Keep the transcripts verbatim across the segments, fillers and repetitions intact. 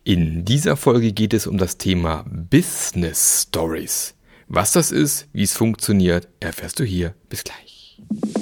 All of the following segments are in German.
In dieser Folge geht es um das Thema Business Stories. Was das ist, wie es funktioniert, erfährst du hier. Bis gleich.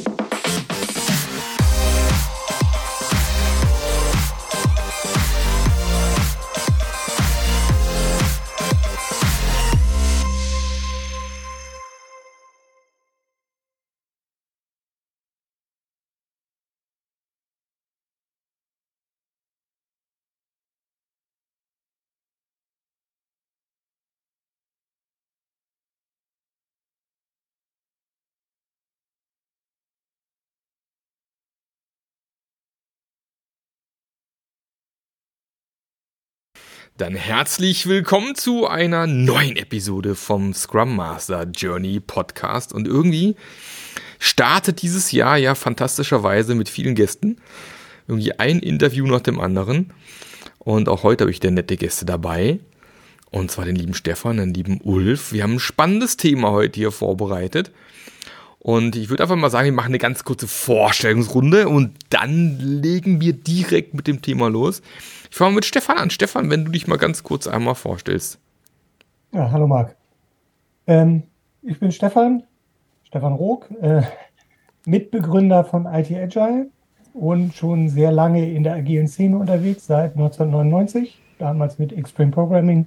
Dann herzlich willkommen zu einer neuen Episode vom Scrum Master Journey Podcast. Und irgendwie startet dieses Jahr ja fantastischerweise mit vielen Gästen. Irgendwie ein Interview nach dem anderen. Und auch heute habe ich dann nette Gäste dabei. Und zwar den lieben Stefan, den lieben Ulf. Wir haben ein spannendes Thema heute hier vorbereitet. Und ich würde einfach mal sagen, wir machen eine ganz kurze Vorstellungsrunde und dann legen wir direkt mit dem Thema los. Ich fange mit Stefan an. Stefan, wenn du dich mal ganz kurz einmal vorstellst. Ja, hallo Marc. Ähm, ich bin Stefan, Stefan Rook, äh, Mitbegründer von I T Agile und schon sehr lange in der agilen Szene unterwegs, seit neunzehnhundertneunundneunzig, damals mit Extreme Programming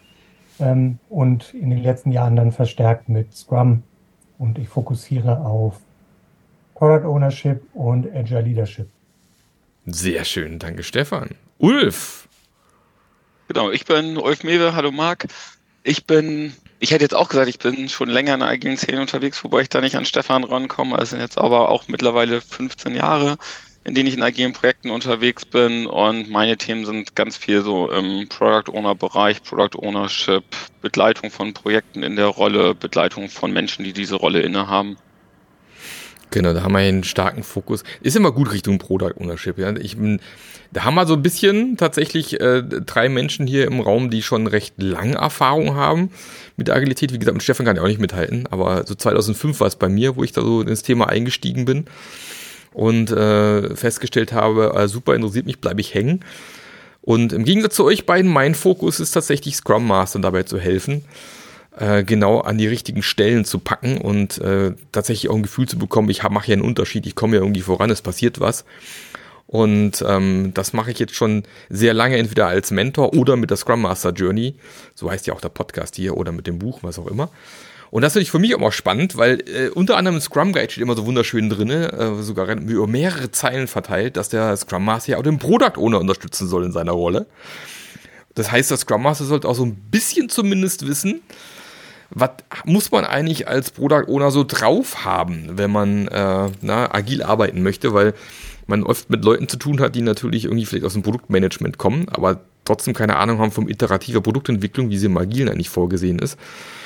ähm, und in den letzten Jahren dann verstärkt mit Scrum. Und ich fokussiere auf Product Ownership und Agile Leadership. Sehr schön, danke Stefan. Ulf. Genau, ich bin Ulf Mewe, hallo Marc. Ich bin, ich hätte jetzt auch gesagt, ich bin schon länger in der agilen Szene unterwegs, wobei ich da nicht an Stefan rankomme. Es sind jetzt aber auch mittlerweile fünfzehn Jahre, in denen ich in agilen Projekten unterwegs bin, und meine Themen sind ganz viel so im Product Owner Bereich, Product Ownership, Begleitung von Projekten in der Rolle, Begleitung von Menschen, die diese Rolle innehaben. Genau, da haben wir einen starken Fokus. Ist immer gut Richtung Product Ownership. Ja. Ich bin, da haben wir so ein bisschen tatsächlich äh, drei Menschen hier im Raum, die schon recht lange Erfahrung haben mit der Agilität. Wie gesagt, mit Stefan kann ich auch nicht mithalten, aber so zweitausendfünf war es bei mir, wo ich da so ins Thema eingestiegen bin und äh, festgestellt habe, äh, super, interessiert mich, bleibe ich hängen. Und im Gegensatz zu euch beiden, mein Fokus ist tatsächlich Scrum Master, dabei zu helfen, äh, genau an die richtigen Stellen zu packen und äh, tatsächlich auch ein Gefühl zu bekommen, ich mache hier einen Unterschied, ich komme ja irgendwie voran, es passiert was. Und ähm, das mache ich jetzt schon sehr lange, entweder als Mentor oder mit der Scrum Master Journey, so heißt ja auch der Podcast hier, oder mit dem Buch, was auch immer. Und das finde ich für mich auch mal spannend, weil äh, unter anderem im Scrum Guide steht immer so wunderschön drin, äh, sogar über mehrere Zeilen verteilt, dass der Scrum Master ja auch den Product Owner unterstützen soll in seiner Rolle. Das heißt, der Scrum Master sollte auch so ein bisschen zumindest wissen, was muss man eigentlich als Product Owner so drauf haben, wenn man äh, na, agil arbeiten möchte, weil man oft mit Leuten zu tun hat, die natürlich irgendwie vielleicht aus dem Produktmanagement kommen, aber trotzdem keine Ahnung haben von iterativer Produktentwicklung, wie sie im Agilen eigentlich vorgesehen ist.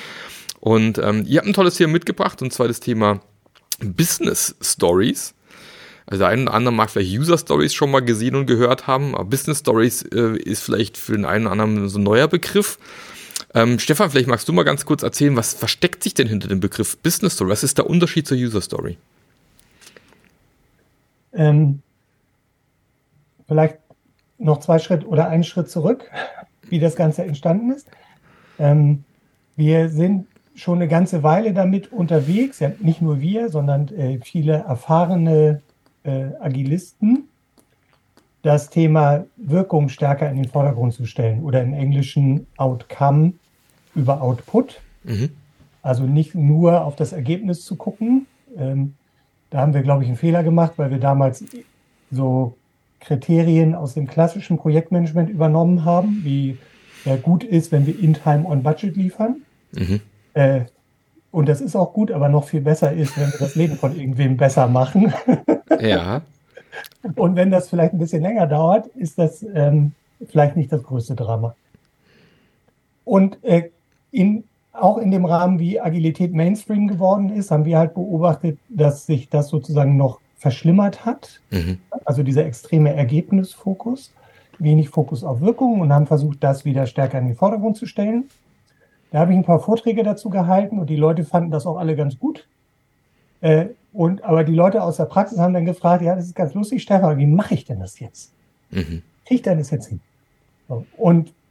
Und ähm, ihr habt ein tolles Thema mitgebracht, und zwar das Thema Business Stories. Also der eine oder andere mag vielleicht User Stories schon mal gesehen und gehört haben, aber Business Stories äh, ist vielleicht für den einen oder anderen so ein neuer Begriff. Ähm, Stefan, vielleicht magst du mal ganz kurz erzählen, was versteckt sich denn hinter dem Begriff Business Story? Was ist der Unterschied zur User Story? Ähm, vielleicht noch zwei Schritte oder einen Schritt zurück, wie das Ganze entstanden ist. Ähm, wir sind schon eine ganze Weile damit unterwegs, ja, nicht nur wir, sondern äh, viele erfahrene äh, Agilisten, das Thema Wirkung stärker in den Vordergrund zu stellen oder im Englischen Outcome über Output. Mhm. Also nicht nur auf das Ergebnis zu gucken. Ähm, da haben wir, glaube ich, einen Fehler gemacht, weil wir damals so Kriterien aus dem klassischen Projektmanagement übernommen haben, wie ja, gut ist, wenn wir in Time on Budget liefern. Mhm. Äh, und das ist auch gut, aber noch viel besser ist, wenn wir das Leben von irgendwem besser machen. Ja. Und wenn das vielleicht ein bisschen länger dauert, ist das ähm, vielleicht nicht das größte Drama. Und äh, in, auch in dem Rahmen, wie Agilität Mainstream geworden ist, haben wir halt beobachtet, dass sich das sozusagen noch verschlimmert hat. Mhm. Also dieser extreme Ergebnisfokus, wenig Fokus auf Wirkung, und haben versucht, das wieder stärker in den Vordergrund zu stellen. Da habe ich ein paar Vorträge dazu gehalten und die Leute fanden das auch alle ganz gut. Äh, und, aber die Leute aus der Praxis haben dann gefragt, ja, das ist ganz lustig, Stefan, wie mache ich denn das jetzt? Mhm. Kriege ich denn das jetzt hin? So. Und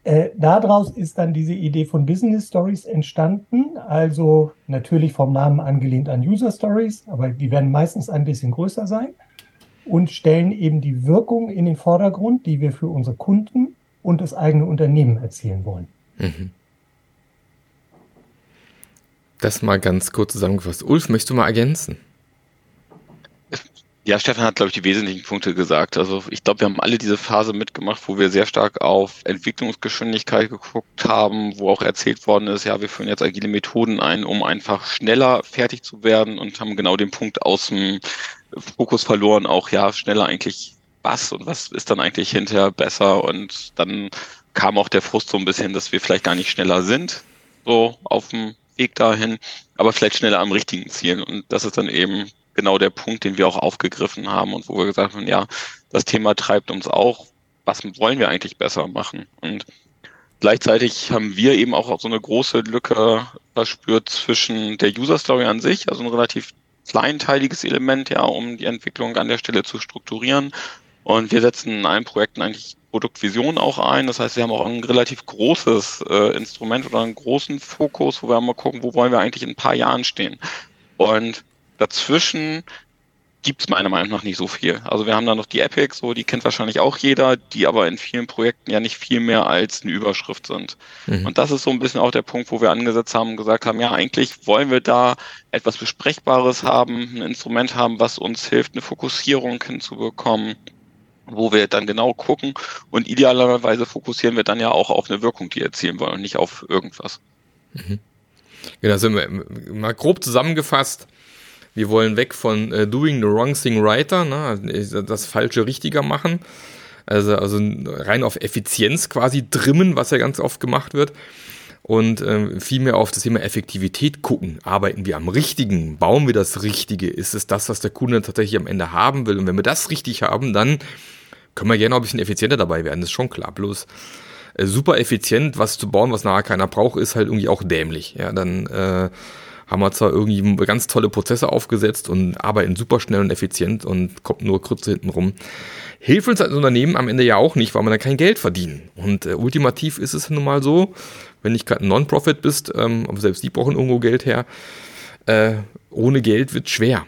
Äh, daraus ist dann diese Idee von Business Stories entstanden, also natürlich vom Namen angelehnt an User Stories, aber die werden meistens ein bisschen größer sein und stellen eben die Wirkung in den Vordergrund, die wir für unsere Kunden und das eigene Unternehmen erzielen wollen. Mhm. Das mal ganz kurz zusammengefasst. Ulf, möchtest du mal ergänzen? Ja, Stefan hat, glaube ich, die wesentlichen Punkte gesagt. Also ich glaube, wir haben alle diese Phase mitgemacht, wo wir sehr stark auf Entwicklungsgeschwindigkeit geguckt haben, wo auch erzählt worden ist, ja, wir führen jetzt agile Methoden ein, um einfach schneller fertig zu werden und haben genau den Punkt aus dem Fokus verloren, auch ja, schneller eigentlich was und was ist dann eigentlich hinterher besser, und dann kam auch der Frust so ein bisschen, dass wir vielleicht gar nicht schneller sind, so auf dem Weg dahin, aber vielleicht schneller am richtigen Ziel, und das ist dann eben genau der Punkt, den wir auch aufgegriffen haben und wo wir gesagt haben, ja, das Thema treibt uns auch, was wollen wir eigentlich besser machen? Und gleichzeitig haben wir eben auch so eine große Lücke verspürt zwischen der User Story an sich, also ein relativ kleinteiliges Element, ja, um die Entwicklung an der Stelle zu strukturieren. Und wir setzen in allen Projekten eigentlich Produktvision auch ein. Das heißt, wir haben auch ein relativ großes äh, Instrument oder einen großen Fokus, wo wir mal gucken, wo wollen wir eigentlich in ein paar Jahren stehen. Und dazwischen gibt es meiner Meinung nach nicht so viel. Also wir haben da noch die Epic, so die kennt wahrscheinlich auch jeder, die aber in vielen Projekten ja nicht viel mehr als eine Überschrift sind. Mhm. Und das ist so ein bisschen auch der Punkt, wo wir angesetzt haben und gesagt haben, ja, eigentlich wollen wir da etwas Besprechbares haben, ein Instrument haben, was uns hilft, eine Fokussierung hinzubekommen, wo wir dann genau gucken, und idealerweise fokussieren wir dann ja auch auf eine Wirkung, die wir erzielen wollen und nicht auf irgendwas. Mhm. Genau, also mal grob zusammengefasst, wir wollen weg von äh, doing the wrong thing righter, ne, das Falsche richtiger machen, also, also rein auf Effizienz quasi trimmen, was ja ganz oft gemacht wird, und äh, viel mehr auf das Thema Effektivität gucken. Arbeiten wir am Richtigen? Bauen wir das Richtige? Ist es das, was der Kunde tatsächlich am Ende haben will? Und wenn wir das richtig haben, dann können wir gerne auch ein bisschen effizienter dabei werden, das ist schon klar. Bloß äh, super effizient, was zu bauen, was nachher keiner braucht, ist halt irgendwie auch dämlich. Ja, dann äh, haben wir zwar irgendwie ganz tolle Prozesse aufgesetzt und arbeiten super schnell und effizient und kommt nur Krütze hinten rum. Hilft uns als Unternehmen am Ende ja auch nicht, weil wir dann kein Geld verdienen. Und äh, ultimativ ist es nun mal so, wenn nicht gerade ein Non-Profit bist, ähm, aber selbst die brauchen irgendwo Geld her, äh, ohne Geld wird schwer.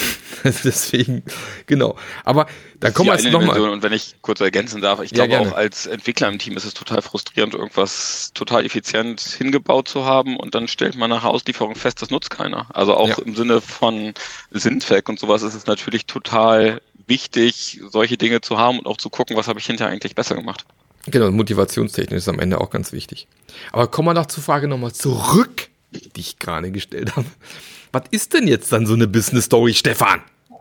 Deswegen, genau. Aber da kommen wir jetzt nochmal. Und wenn ich kurz ergänzen darf, ich ja, glaube gerne. Auch als Entwickler im Team ist es total frustrierend, irgendwas total effizient hingebaut zu haben, und dann stellt man nach Auslieferung fest, das nutzt keiner. Also auch ja. Im Sinne von Synfag und sowas ist es natürlich total wichtig, solche Dinge zu haben und auch zu gucken, was habe ich hinterher eigentlich besser gemacht. Genau, Motivationstechnik ist am Ende auch ganz wichtig. Aber kommen wir noch zur Frage nochmal zurück, die ich gerade gestellt habe. Was ist denn jetzt dann so eine Business Story, Stefan?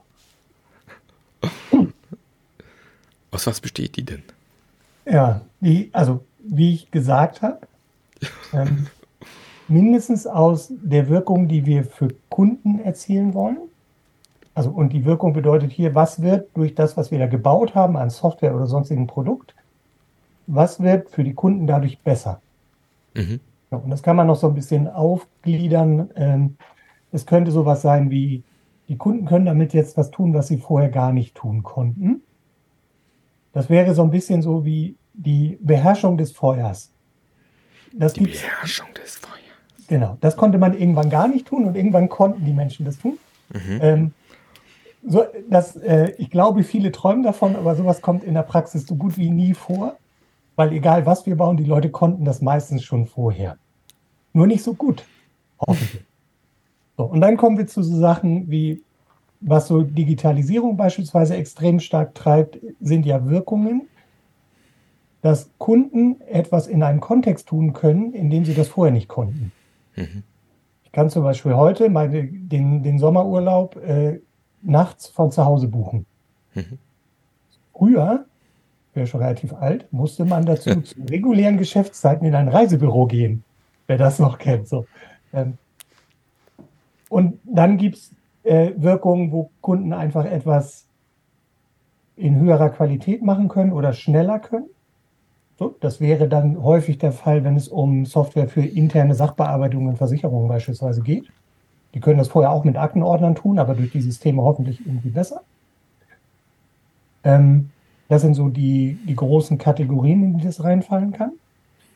Aus was besteht die denn? Ja, die, also wie ich gesagt habe, ähm, mindestens aus der Wirkung, die wir für Kunden erzielen wollen. Also, und die Wirkung bedeutet hier, was wird durch das, was wir da gebaut haben an Software oder sonstigen Produkt, was wird für die Kunden dadurch besser? Mhm. Ja, und das kann man noch so ein bisschen aufgliedern. Ähm, es könnte sowas sein wie, die Kunden können damit jetzt was tun, was sie vorher gar nicht tun konnten. Das wäre so ein bisschen so wie die Beherrschung des Feuers. Das die Beherrschung des Feuers. Genau, das konnte man irgendwann gar nicht tun und irgendwann konnten die Menschen das tun. Mhm. Ähm, so, das, äh, ich glaube, viele träumen davon, aber sowas kommt in der Praxis so gut wie nie vor, weil egal was wir bauen, die Leute konnten das meistens schon vorher. Nur nicht so gut, hoffentlich. So, und dann kommen wir zu so Sachen wie, was so Digitalisierung beispielsweise extrem stark treibt, sind ja Wirkungen, dass Kunden etwas in einem Kontext tun können, in dem sie das vorher nicht konnten. Mhm. Ich kann zum Beispiel heute meine, den, den Sommerurlaub äh, nachts von zu Hause buchen. Mhm. Früher, ich wäre schon relativ alt, musste man dazu zu regulären Geschäftszeiten in ein Reisebüro gehen, wer das noch kennt. So. Ähm, und dann gibt es äh, Wirkungen, wo Kunden einfach etwas in höherer Qualität machen können oder schneller können. So, das wäre dann häufig der Fall, wenn es um Software für interne Sachbearbeitung und Versicherungen beispielsweise geht. Die können das vorher auch mit Aktenordnern tun, aber durch die Systeme hoffentlich irgendwie besser. Ähm, das sind so die, die großen Kategorien, in die das reinfallen kann.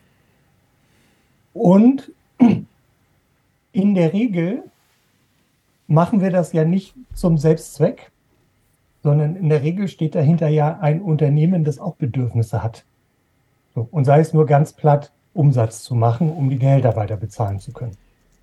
Und in der Regel machen wir das ja nicht zum Selbstzweck, sondern in der Regel steht dahinter ja ein Unternehmen, das auch Bedürfnisse hat. So, und sei es nur ganz platt, Umsatz zu machen, um die Gehälter weiter bezahlen zu können.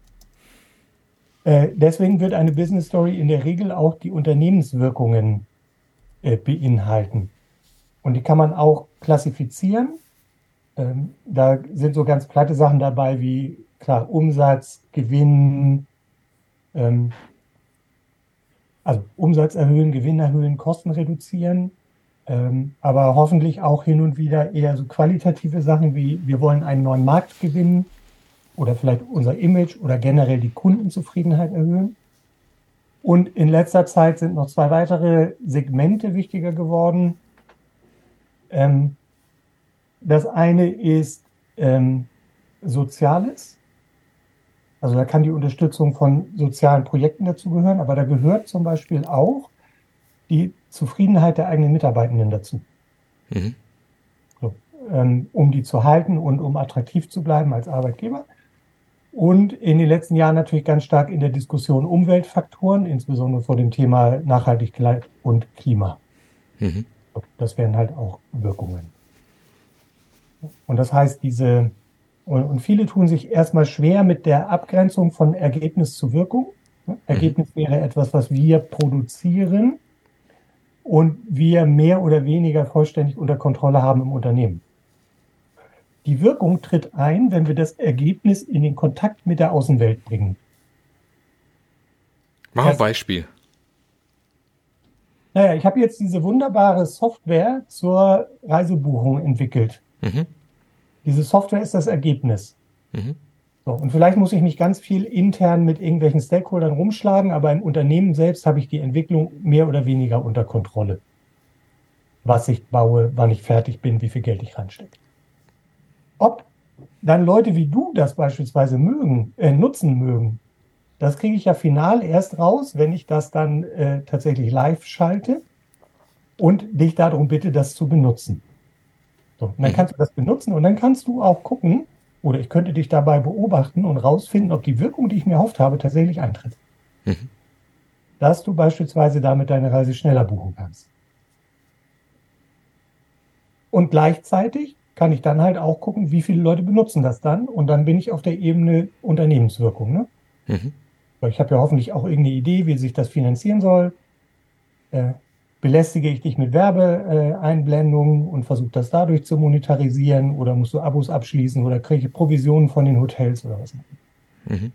Äh, deswegen wird eine Business Story in der Regel auch die Unternehmenswirkungen äh, beinhalten. Und die kann man auch klassifizieren. Ähm, da sind so ganz platte Sachen dabei wie, klar, Umsatz, Gewinn, ähm, also Umsatz erhöhen, Gewinn erhöhen, Kosten reduzieren. Ähm, aber hoffentlich auch hin und wieder eher so qualitative Sachen wie, wir wollen einen neuen Markt gewinnen oder vielleicht unser Image oder generell die Kundenzufriedenheit erhöhen. Und in letzter Zeit sind noch zwei weitere Segmente wichtiger geworden. Ähm, das eine ist ähm, Soziales. Also da kann die Unterstützung von sozialen Projekten dazugehören, aber da gehört zum Beispiel auch die Zufriedenheit der eigenen Mitarbeitenden dazu. Mhm. So, ähm, um die zu halten und um attraktiv zu bleiben als Arbeitgeber. Und in den letzten Jahren natürlich ganz stark in der Diskussion Umweltfaktoren, insbesondere vor dem Thema Nachhaltigkeit und Klima. Mhm. So, das wären halt auch Wirkungen. Und das heißt, diese, und, und viele tun sich erstmal schwer mit der Abgrenzung von Ergebnis zu Wirkung. Mhm. Ergebnis wäre etwas, was wir produzieren und wir mehr oder weniger vollständig unter Kontrolle haben im Unternehmen. Die Wirkung tritt ein, wenn wir das Ergebnis in den Kontakt mit der Außenwelt bringen. Mach ein Beispiel. Naja, ich habe jetzt diese wunderbare Software zur Reisebuchung entwickelt. Mhm. Diese Software ist das Ergebnis. Mhm. So, und vielleicht muss ich mich ganz viel intern mit irgendwelchen Stakeholdern rumschlagen, aber im Unternehmen selbst habe ich die Entwicklung mehr oder weniger unter Kontrolle. Was ich baue, wann ich fertig bin, wie viel Geld ich reinstecke. Ob dann Leute wie du das beispielsweise mögen, äh, nutzen mögen, das kriege ich ja final erst raus, wenn ich das dann äh, tatsächlich live schalte und dich darum bitte, das zu benutzen. So, und dann kannst du das benutzen und dann kannst du auch gucken, oder ich könnte dich dabei beobachten und rausfinden, ob die Wirkung, die ich mir erhofft habe, tatsächlich eintritt. Mhm. Dass du beispielsweise damit deine Reise schneller buchen kannst. Und gleichzeitig kann ich dann halt auch gucken, wie viele Leute benutzen das dann. Und dann bin ich auf der Ebene Unternehmenswirkung. Ne? Mhm. Ich habe ja hoffentlich auch irgendeine Idee, wie sich das finanzieren soll. Äh, belästige ich dich mit Werbeeinblendungen äh, und versuche das dadurch zu monetarisieren? Oder musst du Abos abschließen oder kriege ich Provisionen von den Hotels oder was? Mhm.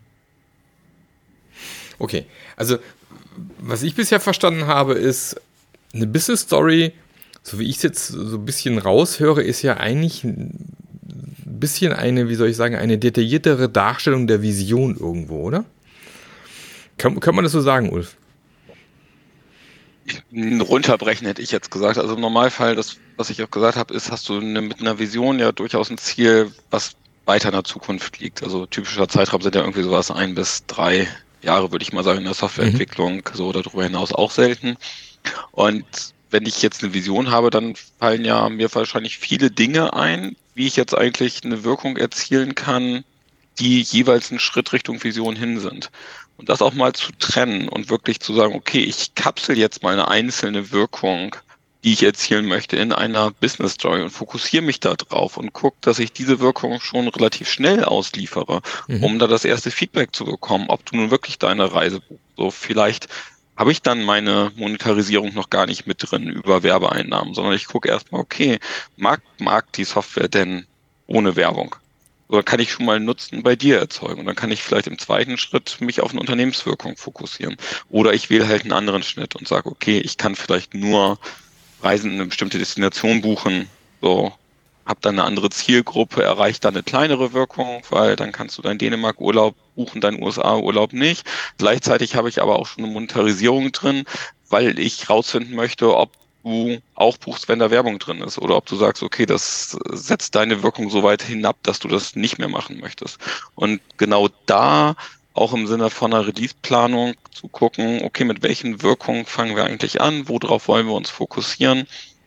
Okay, also was ich bisher verstanden habe, ist eine Business Story, so wie ich es jetzt so ein bisschen raushöre, ist ja eigentlich ein bisschen eine, wie soll ich sagen, eine detailliertere Darstellung der Vision irgendwo, oder? Kann, kann man das so sagen, Ulf? Runterbrechen hätte ich jetzt gesagt. Also im Normalfall, das, was ich auch gesagt habe, ist, hast du eine, mit einer Vision ja durchaus ein Ziel, was weiter in der Zukunft liegt. Also typischer Zeitraum sind ja irgendwie sowas ein bis drei Jahre, würde ich mal sagen, in der Softwareentwicklung, mhm. so darüber hinaus auch selten. Und wenn ich jetzt eine Vision habe, dann fallen ja mir wahrscheinlich viele Dinge ein, wie ich jetzt eigentlich eine Wirkung erzielen kann, die jeweils einen Schritt Richtung Vision hin sind. Und das auch mal zu trennen und wirklich zu sagen, okay, ich kapsel jetzt mal eine einzelne Wirkung, die ich erzielen möchte, in einer Business Story und fokussiere mich da drauf und gucke, dass ich diese Wirkung schon relativ schnell ausliefere, mhm. um da das erste Feedback zu bekommen, ob du nun wirklich deine Reise buchst. So vielleicht habe ich dann meine Monetarisierung noch gar nicht mit drin über Werbeeinnahmen, sondern ich gucke erstmal, okay, mag, mag die Software denn ohne Werbung? Oder kann ich schon mal einen Nutzen bei dir erzeugen? Und dann kann ich vielleicht im zweiten Schritt mich auf eine Unternehmenswirkung fokussieren. Oder ich wähle halt einen anderen Schnitt und sage, okay, ich kann vielleicht nur Reisen in eine bestimmte Destination buchen, so, hab dann eine andere Zielgruppe, erreicht dann eine kleinere Wirkung, weil dann kannst du deinen Dänemark-Urlaub buchen, deinen U S A-Urlaub nicht. Gleichzeitig habe ich aber auch schon eine Monetarisierung drin, weil ich rausfinden möchte, ob du auch buchst, wenn da Werbung drin ist, oder ob du sagst, okay, das setzt deine Wirkung so weit hinab, dass du das nicht mehr machen möchtest. Und genau da, auch im Sinne von einer Release-Planung, zu gucken, okay, mit welchen Wirkungen fangen wir eigentlich an, worauf wollen wir uns fokussieren,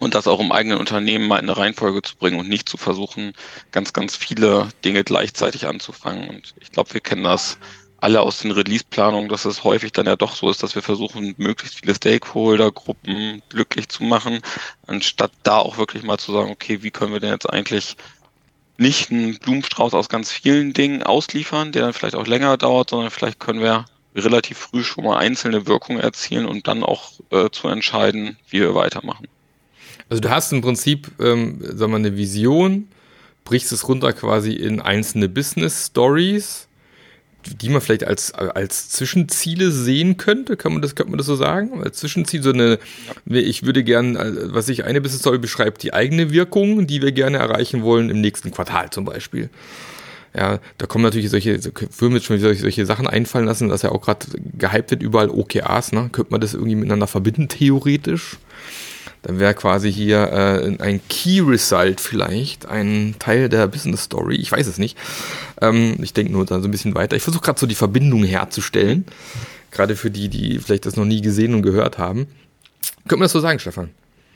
Und das auch im eigenen Unternehmen mal in eine Reihenfolge zu bringen und nicht zu versuchen, ganz, ganz viele Dinge gleichzeitig anzufangen. Und ich glaube, wir kennen das alle aus den Release-Planungen, dass es häufig dann ja doch so ist, dass wir versuchen, möglichst viele Stakeholder-Gruppen glücklich zu machen, anstatt da auch wirklich mal zu sagen, okay, wie können wir denn jetzt eigentlich nicht einen Blumenstrauß aus ganz vielen Dingen ausliefern, der dann vielleicht auch länger dauert, sondern vielleicht können wir relativ früh schon mal einzelne Wirkungen erzielen und dann auch äh, zu entscheiden, wie wir weitermachen. Also du hast im Prinzip, ähm, sagen wir, eine Vision, brichst es runter quasi in einzelne Business-Stories, die man vielleicht als, als Zwischenziele sehen könnte, kann man das, könnte man das so sagen? Als Zwischenziel, so eine, ich würde gern, was ich, eine Business Story beschreibt, die eigene Wirkung, die wir gerne erreichen wollen im nächsten Quartal zum Beispiel. Ja, da kommen natürlich solche, würden wir schon solche, solche Sachen einfallen lassen, dass ja auch gerade gehypt wird, überall O K Rs, ne? Könnte man das irgendwie miteinander verbinden, theoretisch? Dann wäre quasi hier äh, ein Key Result vielleicht ein Teil der Business Story. Ich weiß es nicht. Ähm, ich denke nur da so ein bisschen weiter. Ich versuche gerade so die Verbindung herzustellen. Gerade für die, die vielleicht das noch nie gesehen und gehört haben. Könnte man das so sagen, Stefan?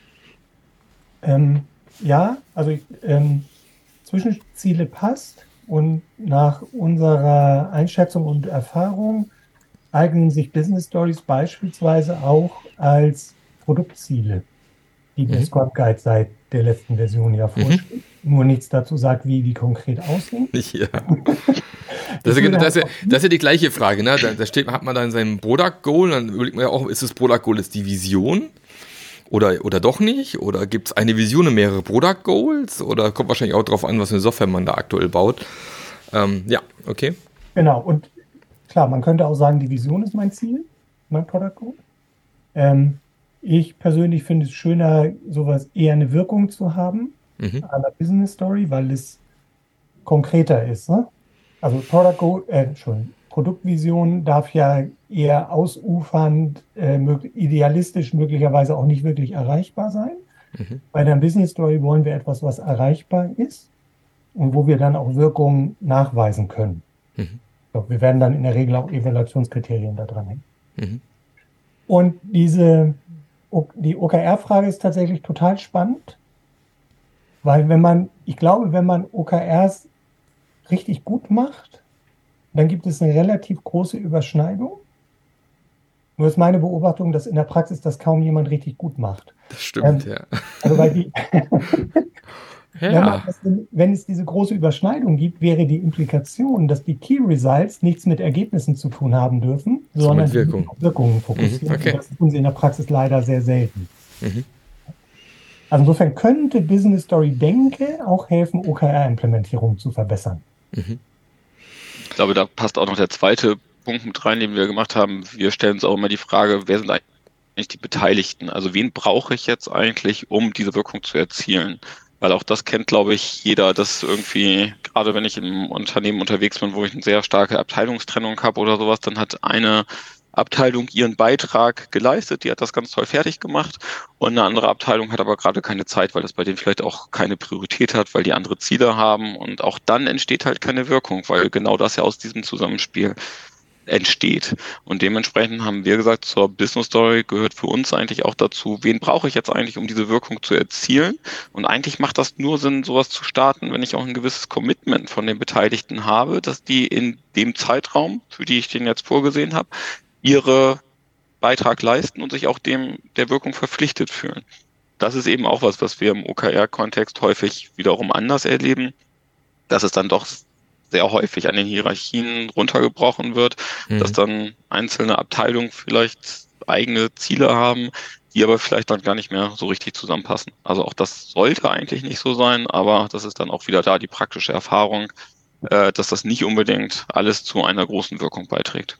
Ähm, ja, also ähm, Zwischenziele passt. Und nach unserer Einschätzung und Erfahrung eignen sich Business Stories beispielsweise auch als Produktziele, die der Scrum Guide seit der letzten Version ja vorschlägt. Mhm. Nur nichts dazu sagt, wie die konkret aussehen. Ja. Das, ist, das, ist, das ist ja die gleiche Frage. Ne? Da, da steht, hat man dann sein Product Goal, dann überlegt man ja auch, ist das Product Goal jetzt die Vision? Oder, oder doch nicht? Oder gibt es eine Vision und mehrere Product Goals? Oder kommt wahrscheinlich auch darauf an, was für eine Software man da aktuell baut. Ähm, ja, okay. Genau, und klar, man könnte auch sagen, die Vision ist mein Ziel, mein Product Goal. Ähm, Ich persönlich finde es schöner, sowas eher eine Wirkung zu haben, mhm. an der Business Story, weil es konkreter ist. Ne? Also Product Goal, äh, Entschuldigung, Produktvision darf ja eher ausufernd, äh, mög- idealistisch möglicherweise auch nicht wirklich erreichbar sein. Mhm. Bei der Business Story wollen wir etwas, was erreichbar ist und wo wir dann auch Wirkungen nachweisen können. Mhm. So, wir werden dann in der Regel auch Evaluationskriterien da dran hängen. Mhm. Und diese Die O K R-Frage ist tatsächlich total spannend, weil wenn man, ich glaube, wenn man O K Rs richtig gut macht, dann gibt es eine relativ große Überschneidung. Nur ist meine Beobachtung, dass in der Praxis das kaum jemand richtig gut macht. Das stimmt, ähm, ja. Also weil die, ja. wenn, man das, wenn es diese große Überschneidung gibt, wäre die Implikation, dass die Key Results nichts mit Ergebnissen zu tun haben dürfen, so sondern Wirkung. auf Wirkungen fokussieren. Mhm, okay. Und das tun sie in der Praxis leider sehr selten. Mhm. Also insofern könnte Business Story Denke auch helfen, O K R-Implementierung zu verbessern. Mhm. Ich glaube, da passt auch noch der zweite Punkt mit rein, den wir gemacht haben. Wir stellen uns auch immer die Frage, wer sind eigentlich die Beteiligten? Also wen brauche ich jetzt eigentlich, um diese Wirkung zu erzielen? Weil auch das kennt, glaube ich, jeder, dass irgendwie, gerade wenn ich im Unternehmen unterwegs bin, wo ich eine sehr starke Abteilungstrennung habe oder sowas, dann hat eine Abteilung ihren Beitrag geleistet, die hat das ganz toll fertig gemacht und eine andere Abteilung hat aber gerade keine Zeit, weil das bei denen vielleicht auch keine Priorität hat, weil die andere Ziele haben und auch dann entsteht halt keine Wirkung, weil genau das ja aus diesem Zusammenspiel entsteht. Und dementsprechend haben wir gesagt, zur Business Story gehört für uns eigentlich auch dazu, wen brauche ich jetzt eigentlich, um diese Wirkung zu erzielen? Und eigentlich macht das nur Sinn, sowas zu starten, wenn ich auch ein gewisses Commitment von den Beteiligten habe, dass die in dem Zeitraum, für die ich den jetzt vorgesehen habe, ihre Beitrag leisten und sich auch dem der Wirkung verpflichtet fühlen. Das ist eben auch was, was wir im O K R-Kontext häufig wiederum anders erleben, dass es dann doch sehr häufig an den Hierarchien runtergebrochen wird, mhm. dass dann einzelne Abteilungen vielleicht eigene Ziele haben, die aber vielleicht dann gar nicht mehr so richtig zusammenpassen. Also auch das sollte eigentlich nicht so sein, aber das ist dann auch wieder da die praktische Erfahrung, äh, dass das nicht unbedingt alles zu einer großen Wirkung beiträgt.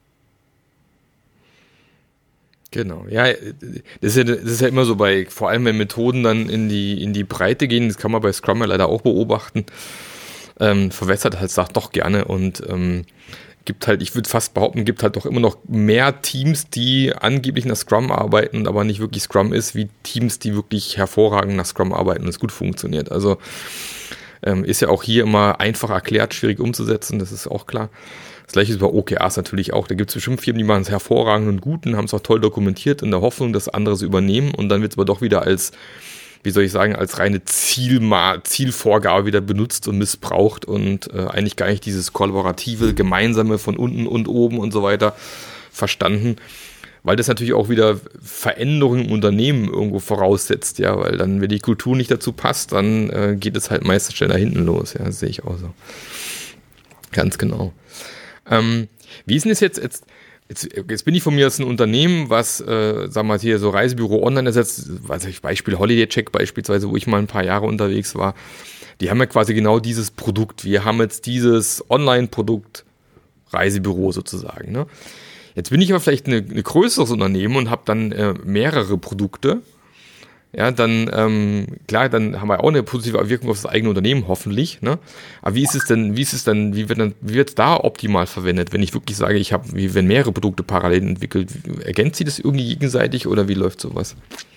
Genau, ja, das ist ja, das ist ja immer so bei, vor allem wenn Methoden dann in die, in die Breite gehen, das kann man bei Scrum ja leider auch beobachten, ähm, verwässert halt sagt doch gerne und ähm, gibt halt, ich würde fast behaupten, gibt halt doch immer noch mehr Teams, die angeblich nach Scrum arbeiten und aber nicht wirklich Scrum ist, wie Teams, die wirklich hervorragend nach Scrum arbeiten und es gut funktioniert. Also Ähm, ist ja auch hier immer einfach erklärt, schwierig umzusetzen, das ist auch klar. Das gleiche ist bei O K Rs natürlich auch. Da gibt es bestimmt Firmen, die machen es hervorragend und gut und haben es auch toll dokumentiert in der Hoffnung, dass andere es übernehmen und dann wird es aber doch wieder als, wie soll ich sagen, als reine Zielma- Zielvorgabe wieder benutzt und missbraucht und äh, eigentlich gar nicht dieses kollaborative, gemeinsame von unten und oben und so weiter verstanden. Weil das natürlich auch wieder Veränderungen im Unternehmen irgendwo voraussetzt, ja, weil dann, wenn die Kultur nicht dazu passt, dann äh, geht es halt meistens schnell nach hinten los, ja, das sehe ich auch so. Ganz genau. Ähm, wie ist denn das jetzt, jetzt, jetzt, jetzt bin ich von mir als ein Unternehmen, was, äh, sagen wir mal hier, so Reisebüro online ersetzt, weiß ich, Beispiel Holiday Check beispielsweise, wo ich mal ein paar Jahre unterwegs war, die haben ja quasi genau dieses Produkt, wir haben jetzt dieses Online-Produkt Reisebüro sozusagen, ne? Jetzt bin ich aber vielleicht ein eine größeres Unternehmen und habe dann äh, mehrere Produkte. Ja, dann, ähm, klar, dann haben wir auch eine positive Wirkung auf das eigene Unternehmen, hoffentlich. Ne? Aber wie ist es denn, wie ist es denn, wie wird dann, wie wird es da optimal verwendet, wenn ich wirklich sage, ich habe, wie werden mehrere Produkte parallel entwickelt? Ergänzt sie das irgendwie gegenseitig oder wie läuft sowas?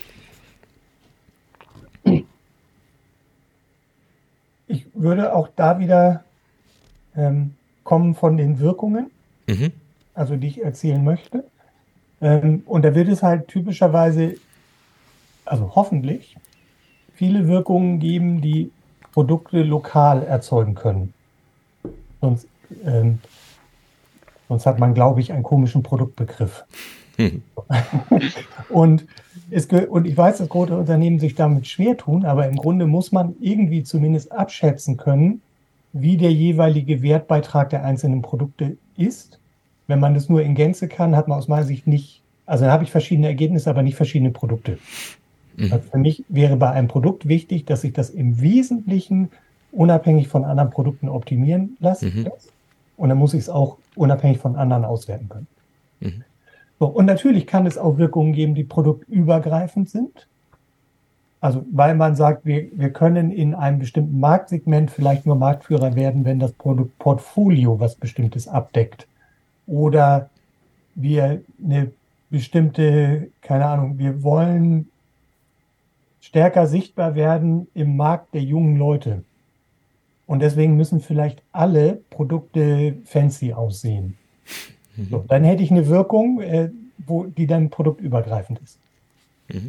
Ich würde auch da wieder ähm, kommen von den Wirkungen. Mhm. Also die ich erzählen möchte. Ähm, und da wird es halt typischerweise, also hoffentlich, viele Wirkungen geben, die Produkte lokal erzeugen können. Sonst, ähm, sonst hat man, glaube ich, einen komischen Produktbegriff. Hm. und, es, und ich weiß, dass große Unternehmen sich damit schwer tun, aber im Grunde muss man irgendwie zumindest abschätzen können, wie der jeweilige Wertbeitrag der einzelnen Produkte ist. Wenn man das nur in Gänze kann, hat man aus meiner Sicht nicht, also dann habe ich verschiedene Ergebnisse, aber nicht verschiedene Produkte. Mhm. Also für mich wäre bei einem Produkt wichtig, dass ich das im Wesentlichen unabhängig von anderen Produkten optimieren lasse. Mhm. Und dann muss ich es auch unabhängig von anderen auswerten können. Mhm. So, und natürlich kann es auch Wirkungen geben, die produktübergreifend sind. Also weil man sagt, wir, wir können in einem bestimmten Marktsegment vielleicht nur Marktführer werden, wenn das Produktportfolio was Bestimmtes abdeckt. Oder wir eine bestimmte, keine Ahnung, wir wollen stärker sichtbar werden im Markt der jungen Leute. Und deswegen müssen vielleicht alle Produkte fancy aussehen. Mhm. So, dann hätte ich eine Wirkung, äh, wo, die dann produktübergreifend ist. Mhm.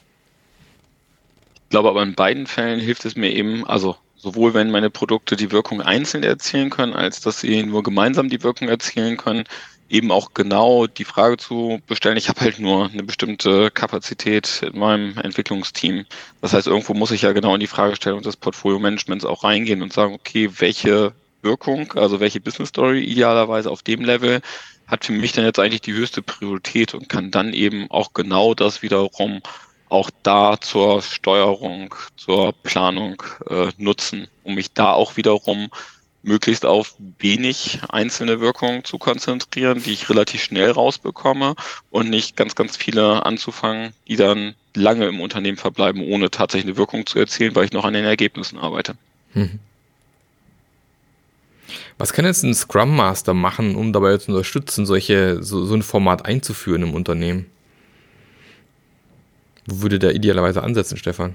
Ich glaube aber in beiden Fällen hilft es mir eben, also sowohl wenn meine Produkte die Wirkung einzeln erzielen können, als dass sie nur gemeinsam die Wirkung erzielen können, eben auch genau die Frage zu bestellen, ich habe halt nur eine bestimmte Kapazität in meinem Entwicklungsteam. Das heißt, irgendwo muss ich ja genau in die Fragestellung des Portfolio-Managements auch reingehen und sagen, okay, welche Wirkung, also welche Business Story idealerweise auf dem Level hat für mich dann jetzt eigentlich die höchste Priorität und kann dann eben auch genau das wiederum auch da zur Steuerung, zur Planung äh, nutzen, um mich da auch wiederum möglichst auf wenig einzelne Wirkungen zu konzentrieren, die ich relativ schnell rausbekomme und nicht ganz, ganz viele anzufangen, die dann lange im Unternehmen verbleiben, ohne tatsächlich eine Wirkung zu erzielen, weil ich noch an den Ergebnissen arbeite. Hm. Was kann jetzt ein Scrum Master machen, um dabei zu unterstützen, solche, so, so ein Format einzuführen im Unternehmen? Wo würde der idealerweise ansetzen, Stefan?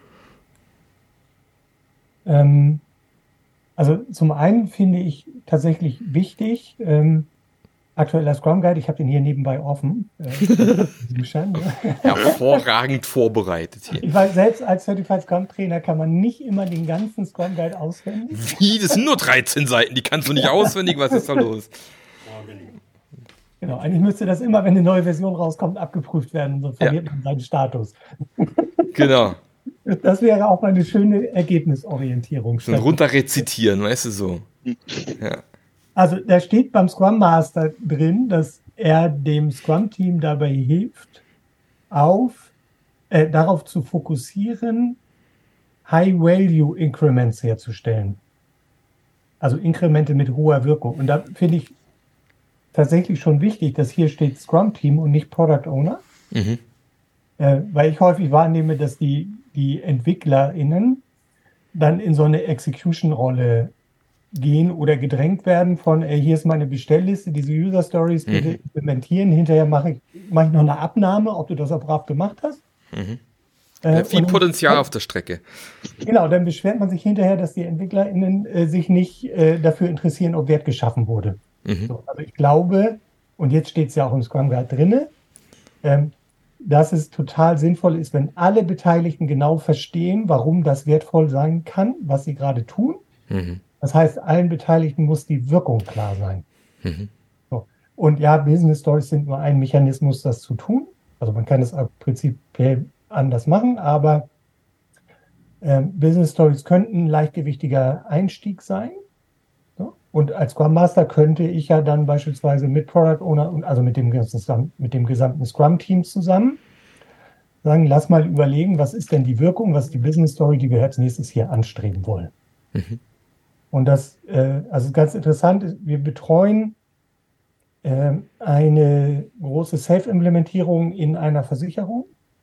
Ähm, also zum einen finde ich tatsächlich wichtig, ähm, aktueller Scrum Guide, ich habe den hier nebenbei offen. Äh, Hervorragend vorbereitet hier. Ich weiß, selbst als Certified Scrum Trainer kann man nicht immer den ganzen Scrum Guide auswendig. Wie? Das sind nur dreizehn Seiten, die kannst du nicht auswendig, was ist da los? Genau, eigentlich müsste das immer, wenn eine neue Version rauskommt, abgeprüft werden, sonst verliert ja. man seinen Status. Genau. Das wäre auch mal eine schöne Ergebnisorientierung. Und runter rezitieren, weißt du so. Ja. Also da steht beim Scrum Master drin, dass er dem Scrum-Team dabei hilft, auf, äh, darauf zu fokussieren, High-Value-Increments herzustellen. Also Inkremente mit hoher Wirkung. Und da finde ich tatsächlich schon wichtig, dass hier steht Scrum-Team und nicht Product Owner. Mhm. Äh, weil ich häufig wahrnehme, dass die, die EntwicklerInnen dann in so eine Execution-Rolle gehen oder gedrängt werden von, ey, hier ist meine Bestellliste, diese User-Stories bitte mhm. implementieren. Hinterher mache ich, mache ich noch eine Abnahme, ob du das auch brav gemacht hast. Mhm. Ja, viel und, Potenzial auf der Strecke. Genau, dann beschwert man sich hinterher, dass die EntwicklerInnen äh, sich nicht äh, dafür interessieren, ob Wert geschaffen wurde. Mhm. So, also ich glaube, und jetzt steht es ja auch im Scrum Guide drin, ähm, dass es total sinnvoll ist, wenn alle Beteiligten genau verstehen, warum das wertvoll sein kann, was sie gerade tun. Mhm. Das heißt, allen Beteiligten muss die Wirkung klar sein. Mhm. So. Und ja, Business Stories sind nur ein Mechanismus, das zu tun. Also man kann es auch prinzipiell anders machen, aber ähm, Business Stories könnten ein leichtgewichtiger Einstieg sein. So. Und als Scrum Master könnte ich ja dann beispielsweise mit Product Owner und also mit dem ganzen, mit dem gesamten Scrum-Team zusammen sagen, lass mal überlegen, was ist denn die Wirkung, was ist die Business Story, die wir als nächstes hier anstreben wollen. Mhm. Und das, äh, also ganz interessant ist, wir betreuen äh, eine große Self-Implementierung in einer Versicherung,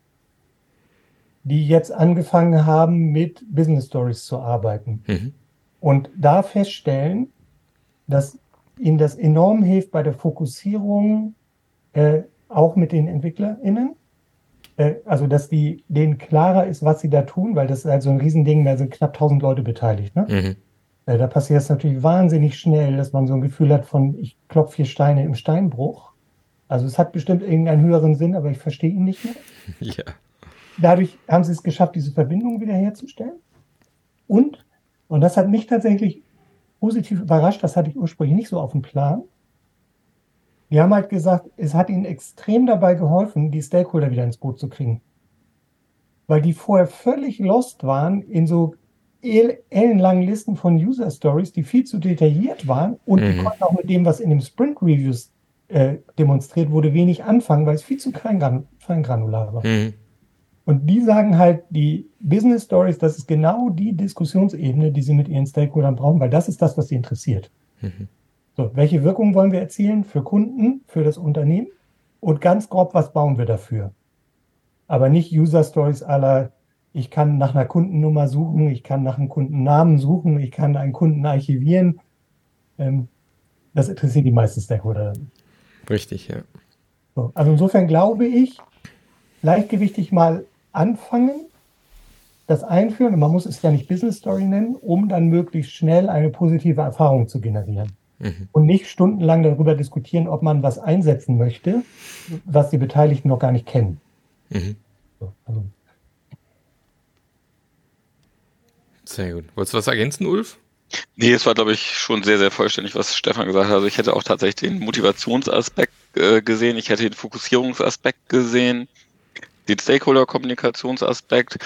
die jetzt angefangen haben, mit Business Stories zu arbeiten. Mhm. Und da feststellen, dass ihnen das enorm hilft bei der Fokussierung, äh, auch mit den EntwicklerInnen. Äh, also, dass die, denen klarer ist, was sie da tun, weil das ist halt so ein Riesending, da sind knapp tausend Leute beteiligt. Ne? Mhm. Äh, da passiert es natürlich wahnsinnig schnell, dass man so ein Gefühl hat von, ich klopfe hier Steine im Steinbruch. Also es hat bestimmt irgendeinen höheren Sinn, aber ich verstehe ihn nicht mehr. Ja. Dadurch haben sie es geschafft, diese Verbindung wiederherzustellen. Und, und das hat mich tatsächlich positiv überrascht, das hatte ich ursprünglich nicht so auf dem Plan. Die haben halt gesagt, es hat ihnen extrem dabei geholfen, die Stakeholder wieder ins Boot zu kriegen. Weil die vorher völlig lost waren in so ellenlangen Listen von User Stories, die viel zu detailliert waren und Mhm. die konnten auch mit dem, was in dem Sprint Reviews äh, demonstriert wurde, wenig anfangen, weil es viel zu klein, feingranular war. Mhm. Und die sagen halt, die Business Stories, das ist genau die Diskussionsebene, die sie mit ihren Stakeholdern brauchen, weil das ist das, was sie interessiert. Mhm. So, welche Wirkung wollen wir erzielen für Kunden, für das Unternehmen? Und ganz grob, was bauen wir dafür? Aber nicht User Stories aller, ich kann nach einer Kundennummer suchen, ich kann nach einem Kundennamen suchen, ich kann einen Kunden archivieren. Ähm, das interessiert die meisten Stakeholder. Richtig, ja. So, also insofern glaube ich, leichtgewichtig mal anfangen, das einführen, und man muss es ja nicht Business Story nennen, um dann möglichst schnell eine positive Erfahrung zu generieren. Mhm. Und nicht stundenlang darüber diskutieren, ob man was einsetzen möchte, was die Beteiligten noch gar nicht kennen. Mhm. So, also. Sehr gut. Wolltest du was ergänzen, Ulf? Nee, es war, glaube ich, schon sehr, sehr vollständig, was Stefan gesagt hat. Also ich hätte auch tatsächlich den Motivationsaspekt äh, gesehen, ich hätte den Fokussierungsaspekt gesehen, den Stakeholder-Kommunikationsaspekt.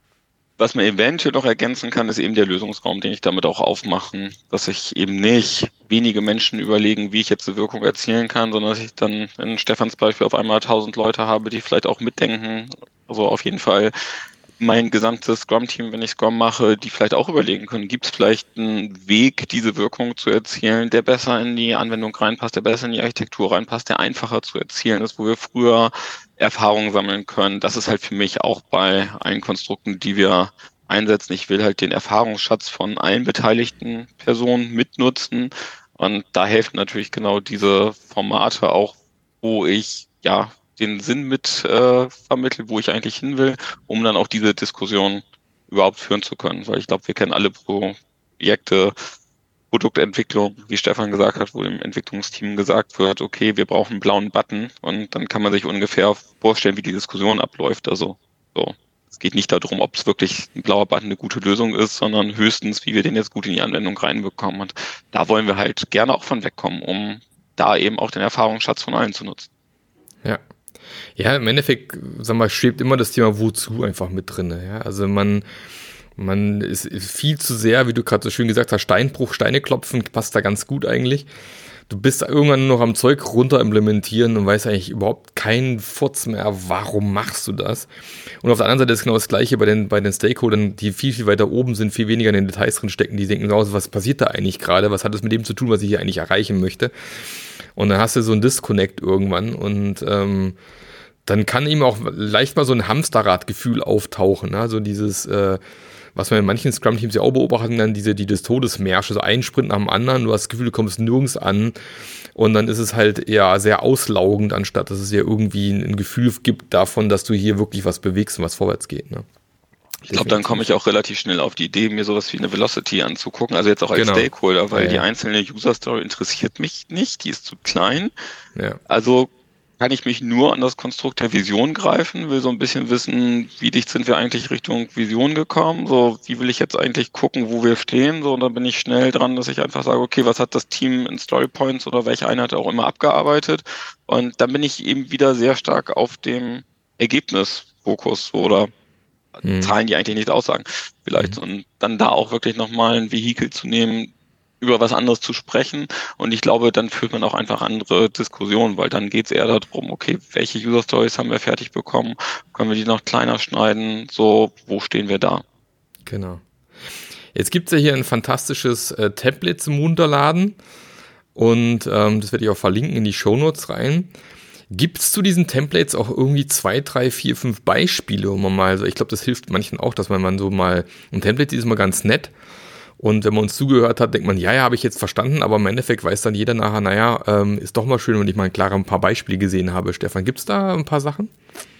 Was man eventuell noch ergänzen kann, ist eben der Lösungsraum, den ich damit auch aufmachen, dass ich eben nicht wenige Menschen überlegen, wie ich jetzt eine Wirkung erzielen kann, sondern dass ich dann in Stefans Beispiel auf einmal tausend Leute habe, die vielleicht auch mitdenken. Also auf jeden Fall mein gesamtes Scrum-Team, wenn ich Scrum mache, die vielleicht auch überlegen können, gibt es vielleicht einen Weg, diese Wirkung zu erzielen, der besser in die Anwendung reinpasst, der besser in die Architektur reinpasst, der einfacher zu erzielen ist, wo wir früher Erfahrungen sammeln können. Das ist halt für mich auch bei allen Konstrukten, die wir einsetzen. Ich will halt den Erfahrungsschatz von allen beteiligten Personen mitnutzen. Und da helfen natürlich genau diese Formate auch, wo ich ja den Sinn mit äh, vermittle, wo ich eigentlich hin will, um dann auch diese Diskussion überhaupt führen zu können. Weil ich glaube, wir kennen alle Projekte, Produktentwicklung, wie Stefan gesagt hat, wo dem Entwicklungsteam gesagt wird, okay, wir brauchen einen blauen Button, und dann kann man sich ungefähr vorstellen, wie die Diskussion abläuft. Also so, es geht nicht darum, ob es wirklich ein blauer Button eine gute Lösung ist, sondern höchstens, wie wir den jetzt gut in die Anwendung reinbekommen. Und da wollen wir halt gerne auch von wegkommen, um da eben auch den Erfahrungsschatz von allen zu nutzen. Ja. Ja, im Endeffekt, sag mal, schwebt immer das Thema Wozu einfach mit drin. Ja? Also man, man ist, ist viel zu sehr, wie du gerade so schön gesagt hast, Steinbruch, Steine klopfen, passt da ganz gut eigentlich. Du bist irgendwann noch am Zeug runter implementieren und weißt eigentlich überhaupt keinen Furz mehr, warum machst du das? Und auf der anderen Seite ist genau das Gleiche bei den, bei den Stakeholdern, die viel, viel weiter oben sind, viel weniger in den Details drin stecken, die denken, oh, was passiert da eigentlich gerade? Was hat das mit dem zu tun, was ich hier eigentlich erreichen möchte? Und dann hast du so einen Disconnect irgendwann und ähm, dann kann ihm auch leicht mal so ein Hamsterradgefühl auftauchen, ne? So dieses, äh, was man in manchen Scrum-Teams ja auch beobachten, dann diese, die des Todesmärsche, so ein Sprint nach dem anderen, du hast das Gefühl, du kommst nirgends an und dann ist es halt eher sehr auslaugend, anstatt dass es ja irgendwie ein Gefühl gibt davon, dass du hier wirklich was bewegst und was vorwärts geht, ne? Ich glaube, dann komme ich auch relativ schnell auf die Idee, mir sowas wie eine Velocity anzugucken, also jetzt auch als genau. Stakeholder, weil ja, ja. die einzelne User-Story interessiert mich nicht, die ist zu klein. Ja. Also kann ich mich nur an das Konstrukt der Vision greifen, will so ein bisschen wissen, wie dicht sind wir eigentlich Richtung Vision gekommen, so wie will ich jetzt eigentlich gucken, wo wir stehen, so und dann bin ich schnell dran, dass ich einfach sage, okay, was hat das Team in Storypoints oder welche Einheit auch immer abgearbeitet und dann bin ich eben wieder sehr stark auf dem Ergebnisfokus oder Mhm. Zahlen, die eigentlich nicht aussagen, vielleicht. Mhm. Und dann da auch wirklich nochmal ein Vehikel zu nehmen, über was anderes zu sprechen. Und ich glaube, dann führt man auch einfach andere Diskussionen, weil dann geht es eher darum, okay, welche User-Stories haben wir fertig bekommen? Können wir die noch kleiner schneiden? So, wo stehen wir da? Genau. Jetzt gibt es ja hier ein fantastisches äh, Template zum Runterladen. Und ähm, das werde ich auch verlinken in die Shownotes rein. Gibt es zu diesen Templates auch irgendwie zwei, drei, vier, fünf Beispiele, wo man mal, also ich glaube, das hilft manchen auch, dass man, man so mal, ein Template ist mal ganz nett und wenn man uns zugehört hat, denkt man, ja, ja, habe ich jetzt verstanden, aber im Endeffekt weiß dann jeder nachher, naja, ähm, ist doch mal schön, wenn ich mal klar ein paar Beispiele gesehen habe. Stefan, gibt es da ein paar Sachen?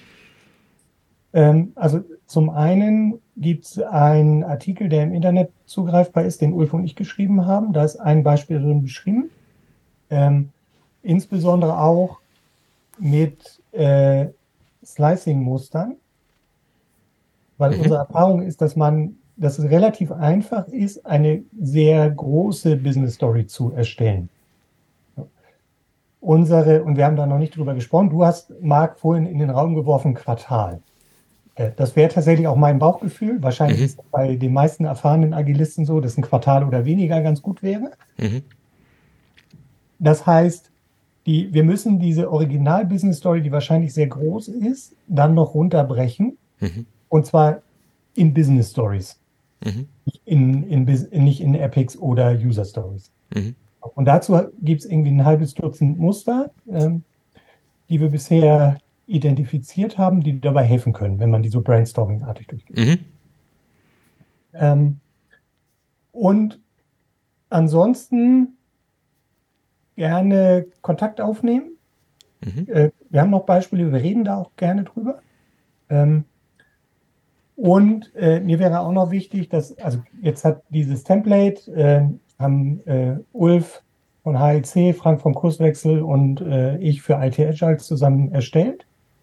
Ähm, also zum einen gibt es einen Artikel, der im Internet zugreifbar ist, den Ulf und ich geschrieben haben, da ist ein Beispiel drin beschrieben, ähm, insbesondere auch mit äh, Slicing-Mustern, weil mhm. unsere Erfahrung ist, dass man, dass es relativ einfach ist, eine sehr große Business-Story zu erstellen. Unsere, und wir haben da noch nicht drüber gesprochen, du hast, Marc, vorhin in den Raum geworfen, Quartal. Äh, das wäre tatsächlich auch mein Bauchgefühl. Wahrscheinlich mhm. ist es bei den meisten erfahrenen Agilisten so, dass ein Quartal oder weniger ganz gut wäre. Mhm. Das heißt, Die, wir müssen diese Original-Business-Story, die wahrscheinlich sehr groß ist, dann noch runterbrechen. Mhm. Und zwar in Business-Stories. Mhm. Nicht, in, in, in, nicht in Epics oder User-Stories. Mhm. Und dazu gibt es irgendwie ein halbes Dutzend Muster, ähm, die wir bisher identifiziert haben, die dabei helfen können, wenn man die so brainstorming-artig durchgeht. Mhm. Ähm, und ansonsten gerne Kontakt aufnehmen. Mhm. Äh, wir haben noch Beispiele, wir reden da auch gerne drüber. Ähm, und äh, mir wäre auch noch wichtig, dass, also jetzt hat dieses Template, äh, haben äh, Ulf von H E C, Frank vom Kurswechsel und äh, ich für I T Agile zusammen erstellt.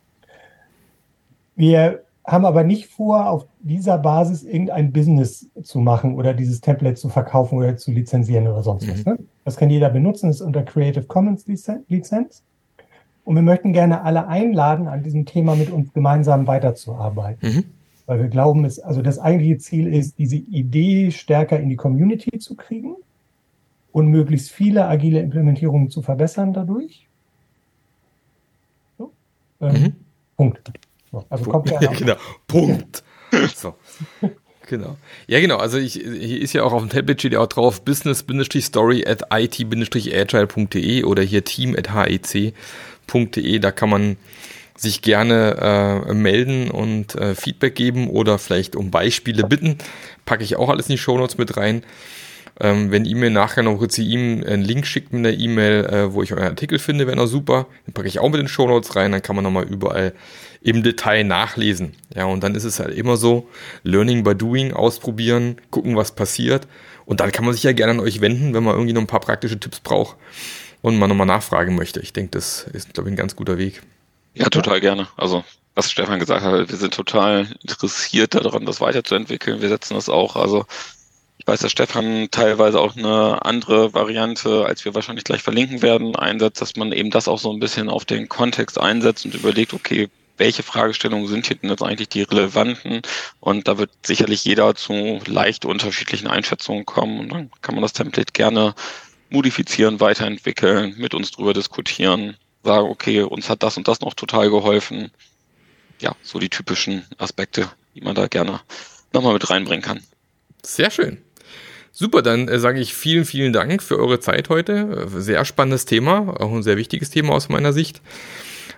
Wir haben aber nicht vor, auf dieser Basis irgendein Business zu machen oder dieses Template zu verkaufen oder zu lizenzieren oder sonst mhm. was. Ne? Das kann jeder benutzen, das ist unter Creative Commons Lizenz. Und wir möchten gerne alle einladen, an diesem Thema mit uns gemeinsam weiterzuarbeiten. Mhm. Weil wir glauben, es, also das eigentliche Ziel ist, diese Idee stärker in die Community zu kriegen und möglichst viele agile Implementierungen zu verbessern dadurch. So. Ähm, mhm. Punkt. Also kommt ja genau, Punkt. So. Genau. Ja, genau. Also ich, hier ist ja auch auf dem Tablet steht ja auch drauf business-story at it-agile punkt de oder hier team at hec punkt de. Da kann man sich gerne äh, melden und äh, Feedback geben oder vielleicht um Beispiele bitten. Packe ich auch alles in die Shownotes mit rein. Ähm, wenn ihr mir nachher noch kurz ihm einen Link schickt mit einer E-Mail, äh, wo ich euren Artikel finde, wäre noch super. Den packe ich auch mit den Shownotes rein, dann kann man nochmal überall im Detail nachlesen. Ja, und dann ist es halt immer so, Learning by Doing, ausprobieren, gucken, was passiert. Und dann kann man sich ja gerne an euch wenden, wenn man irgendwie noch ein paar praktische Tipps braucht und man nochmal nachfragen möchte. Ich denke, das ist, glaube ich, ein ganz guter Weg. Ja, total gerne. Also, was Stefan gesagt hat, wir sind total interessiert daran, das weiterzuentwickeln. Wir setzen das auch, also ich weiß, dass Stefan teilweise auch eine andere Variante, als wir wahrscheinlich gleich verlinken werden, einsetzt, dass man eben das auch so ein bisschen auf den Kontext einsetzt und überlegt, okay, welche Fragestellungen sind hier denn jetzt eigentlich die relevanten? Und da wird sicherlich jeder zu leicht unterschiedlichen Einschätzungen kommen. Und dann kann man das Template gerne modifizieren, weiterentwickeln, mit uns drüber diskutieren, sagen, okay, uns hat das und das noch total geholfen. Ja, so die typischen Aspekte, die man da gerne nochmal mit reinbringen kann. Sehr schön. Super, dann äh, sage ich vielen, vielen Dank für eure Zeit heute. Sehr spannendes Thema, auch ein sehr wichtiges Thema aus meiner Sicht.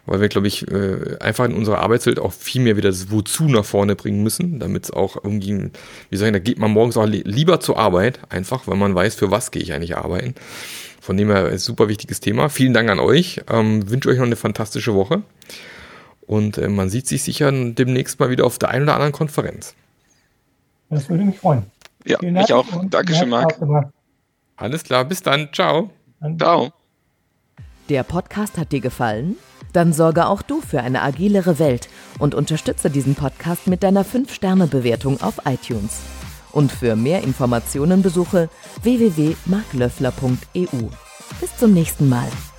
weil wir, glaube ich, einfach in unserer Arbeitswelt auch viel mehr wieder das Wozu nach vorne bringen müssen, damit es auch irgendwie, wie soll ich sagen, da geht man morgens auch lieber zur Arbeit, einfach, weil man weiß, für was gehe ich eigentlich arbeiten. Von dem her ist ein super wichtiges Thema. Vielen Dank an euch. Ähm, wünsche euch noch eine fantastische Woche. Und äh, man sieht sich sicher demnächst mal wieder auf der einen oder anderen Konferenz. Das würde mich freuen. Ja, mich auch. Dankeschön, Marc. Alles klar, bis dann. Ciao. Ciao. Der Podcast hat dir gefallen? Dann sorge auch du für eine agilere Welt und unterstütze diesen Podcast mit deiner fünf Sterne Bewertung auf iTunes. Und für mehr Informationen besuche w w w punkt marc löffler punkt e u. Bis zum nächsten Mal.